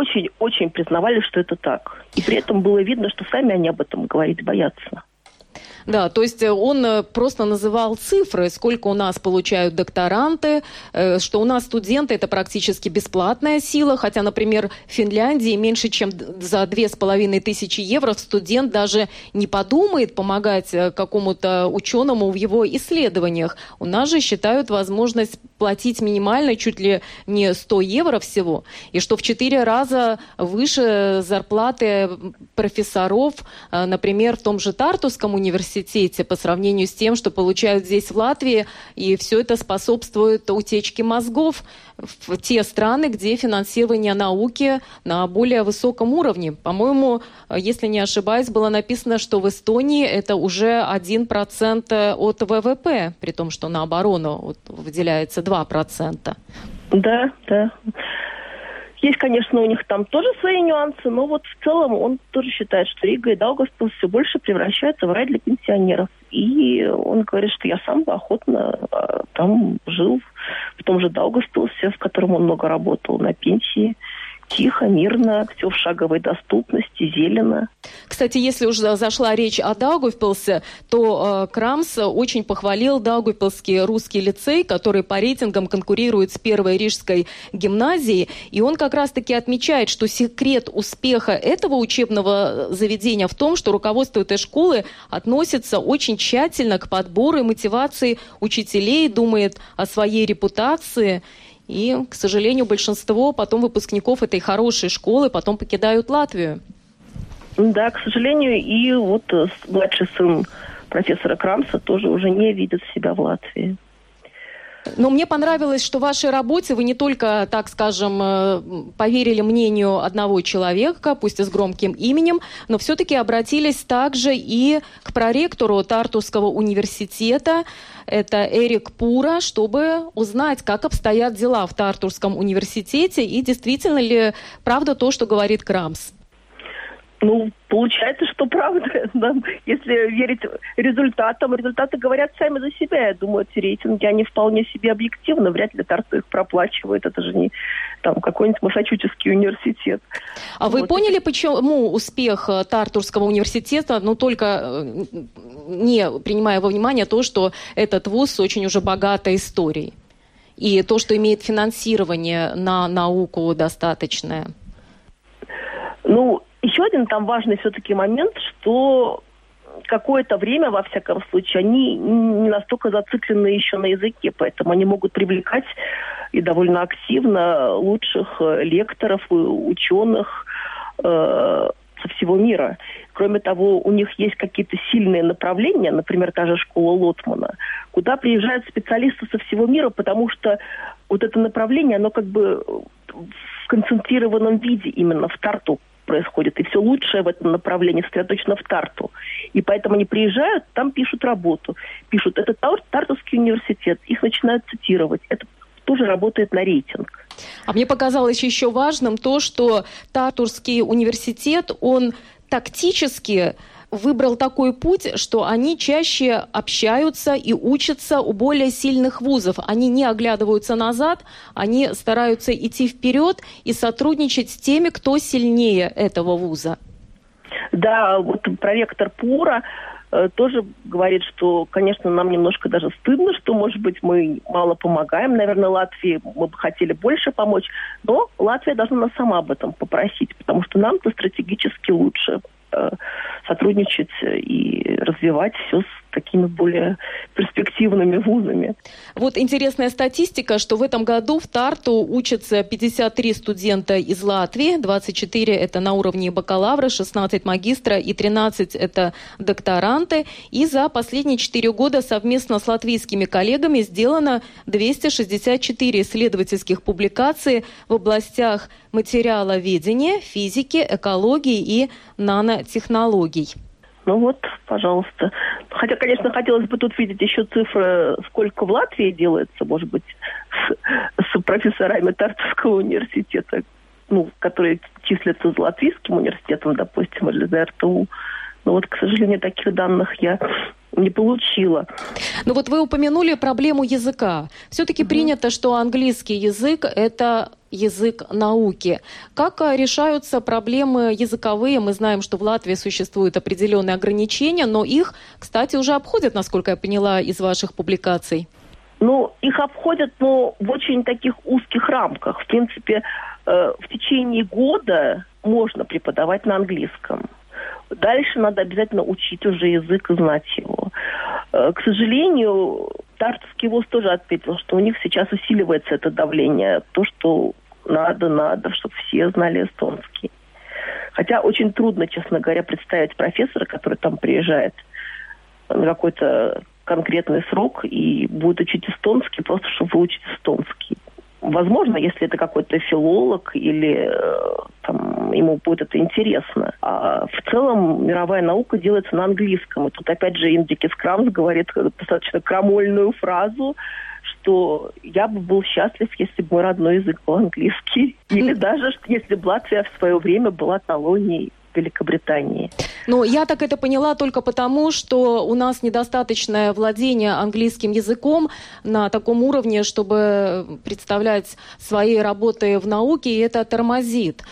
очень-очень признавали, что это так. И при этом было видно, что сами они об этом говорить боятся. Да, то есть он просто называл цифры, сколько у нас получают докторанты, что у нас студенты – это практически бесплатная сила, хотя, например, в Финляндии меньше, чем за 2500 евро студент даже не подумает помогать какому-то ученому в его исследованиях. У нас же считают возможность платить минимально чуть ли не 100 евро всего, и что в 4 раза выше зарплаты профессоров, например, в том же Тартуском университете по сравнению с тем, что получают здесь в Латвии, и все это способствует утечке мозгов в те страны, где финансирование науки на более высоком уровне. По-моему, если не ошибаюсь, было написано, что в Эстонии это уже 1% от ВВП, при том, что на оборону выделяется 2%. Да. Есть, конечно, у них там тоже свои нюансы, но вот в целом он тоже считает, что Рига и Даугавпилс все больше превращаются в рай для пенсионеров. И он говорит, что я сам бы охотно там жил, в том же Даугавпилсе, в котором он много работал, на пенсии. Тихо, мирно, все в шаговой доступности, зелено. Кстати, если уже зашла речь о Даугавпилсе, то Крамс очень похвалил Даугавпилский русский лицей, который по рейтингам конкурирует с первой рижской гимназией. И он как раз-таки отмечает, что секрет успеха этого учебного заведения в том, что руководство этой школы относится очень тщательно к подбору и мотивации учителей, думает о своей репутации. И, к сожалению, большинство потом выпускников этой хорошей школы потом покидают Латвию. Да, к сожалению, и вот младший сын профессора Крамса тоже уже не видит себя в Латвии. Но мне понравилось, что в вашей работе вы не только, так скажем, поверили мнению одного человека, пусть и с громким именем, но все-таки обратились также и к проректору Тартуского университета, это Эрик Пура, чтобы узнать, как обстоят дела в Тартуском университете и действительно ли правда то, что говорит Крамс. Ну, получается, что правда. Да? Если верить результатам, результаты говорят сами за себя. Я думаю, эти рейтинги, они вполне себе объективны. Вряд ли Тарту их проплачивает. Это же не там какой-нибудь Массачусетский университет. А вы поняли, почему успех Тартурского университета, но только не принимая во внимание то, что этот вуз с очень уже богатой историей? И то, что имеет финансирование на науку достаточное? Ну, еще один там важный все-таки момент, что какое-то время, во всяком случае, они не настолько зациклены еще на языке, поэтому они могут привлекать и довольно активно лучших лекторов, ученых со всего мира. Кроме того, у них есть какие-то сильные направления, например, та же школа Лотмана, куда приезжают специалисты со всего мира, потому что вот это направление, оно как бы в концентрированном виде именно в Тарту происходит. И все лучшее в этом направлении сосредоточено в Тарту. И поэтому они приезжают, там пишут работу. Пишут, это Тартусский университет. Их начинают цитировать. Это тоже работает на рейтинг. А мне показалось еще важным то, что Тартусский университет, он тактически выбрал такой путь, что они чаще общаются и учатся у более сильных вузов. Они не оглядываются назад, они стараются идти вперед и сотрудничать с теми, кто сильнее этого вуза. Да, вот проректор Пура тоже говорит, что, конечно, нам немножко даже стыдно, что, может быть, мы мало помогаем. Наверное, Латвии мы бы хотели больше помочь, но Латвия должна нас сама об этом попросить, потому что нам-то стратегически лучше сотрудничать и развивать все с такими более перспективными вузами. Вот интересная статистика, что в этом году в Тарту учатся 53 студента из Латвии, 24 это на уровне бакалавра, 16 магистра и 13 это докторанты. И за последние 4 года совместно с латвийскими коллегами сделано 264 исследовательских публикаций в областях материаловедения, физики, экологии и нанотехнологий. Ну вот, пожалуйста. Хотя, конечно, хотелось бы тут видеть еще цифры, сколько в Латвии делается, может быть, с профессорами Тартуского университета, которые числятся за Латвийским университетом, допустим, или за РТУ. Но вот, к сожалению, таких данных я не получила. Ну вот вы упомянули проблему языка. Все-таки принято, что английский язык – это язык науки. Как решаются проблемы языковые? Мы знаем, что в Латвии существуют определенные ограничения, но их, кстати, уже обходят, насколько я поняла из ваших публикаций. Их обходят, но в очень таких узких рамках. В принципе, в течение года можно преподавать на английском. Дальше надо обязательно учить уже язык и знать его. К сожалению, Тартовский вуз тоже отметил, что у них сейчас усиливается это давление. То, что надо, чтобы все знали эстонский. Хотя очень трудно, честно говоря, представить профессора, который там приезжает на какой-то конкретный срок и будет учить эстонский, просто чтобы выучить эстонский. Возможно, если это какой-то филолог или ему будет это интересно. А в целом мировая наука делается на английском. И тут опять же Индикис Крамс говорит достаточно крамольную фразу, что я бы был счастлив, если бы мой родной язык был английский. Или даже, если бы Латвия в свое время была колонией Великобритании. Я так это поняла только потому, что у нас недостаточное владение английским языком на таком уровне, чтобы представлять свои работы в науке, и это тормозит.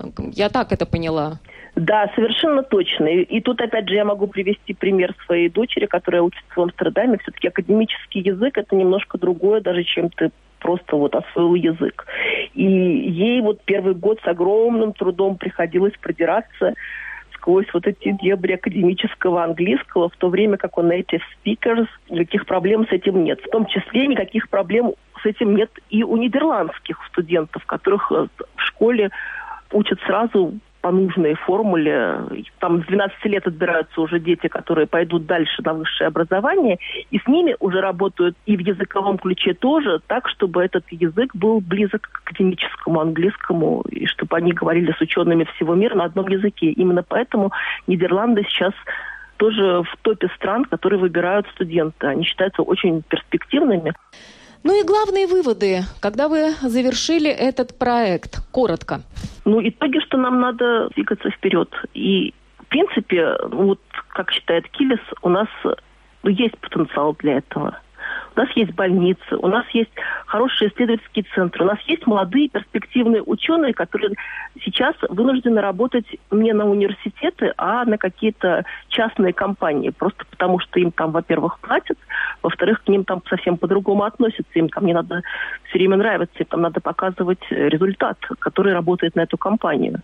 Я так это поняла. Да, совершенно точно. И тут, опять же, я могу привести пример своей дочери, которая учится в Амстердаме. Все-таки академический язык – это немножко другое, даже чем ты просто освоил язык. И ей первый год с огромным трудом приходилось продираться сквозь эти дебри академического английского, в то время как у native speakers никаких проблем с этим нет. В том числе никаких проблем с этим нет и у нидерландских студентов, которых в школе учат сразу по нужной формуле. Там с 12 лет отбираются уже дети, которые пойдут дальше на высшее образование, и с ними уже работают и в языковом ключе тоже, так, чтобы этот язык был близок к академическому английскому, и чтобы они говорили с учеными всего мира на одном языке. Именно поэтому Нидерланды сейчас тоже в топе стран, которые выбирают студенты. Они считаются очень перспективными. И главные выводы, когда вы завершили этот проект, коротко. Итоги, что нам надо двигаться вперед. И, в принципе, как считает Килис, у нас есть потенциал для этого. У нас есть больницы, у нас есть хорошие исследовательские центры, у нас есть молодые перспективные ученые, которые сейчас вынуждены работать не на университеты, а на какие-то частные компании. Просто потому, что им там, во-первых, платят, во-вторых, к ним там совсем по-другому относятся. Им там не надо все время нравиться, им там надо показывать результат, который работает на эту компанию.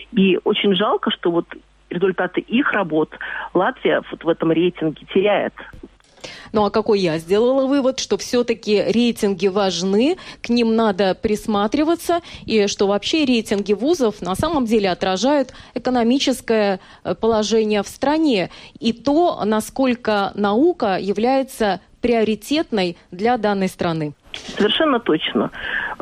И очень жалко, что результаты их работ Латвия в этом рейтинге теряет. А какой я сделала вывод, что все-таки рейтинги важны, к ним надо присматриваться, и что вообще рейтинги вузов на самом деле отражают экономическое положение в стране и то, насколько наука является приоритетной для данной страны. Совершенно точно.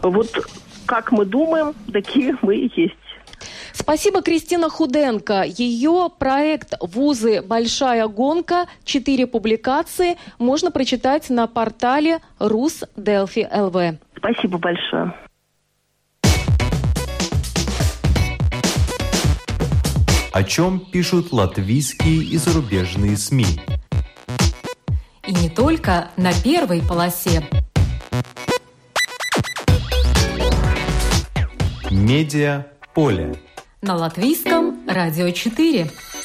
Как мы думаем, такие мы и есть. Спасибо, Кристина Худенко. Ее проект «Вузы. Большая гонка», 4 публикации можно прочитать на портале RusDelfi.lv. Спасибо большое. О чем пишут латвийские и зарубежные СМИ? И не только на первой полосе. Медиаполе. На Латвийском радио 4.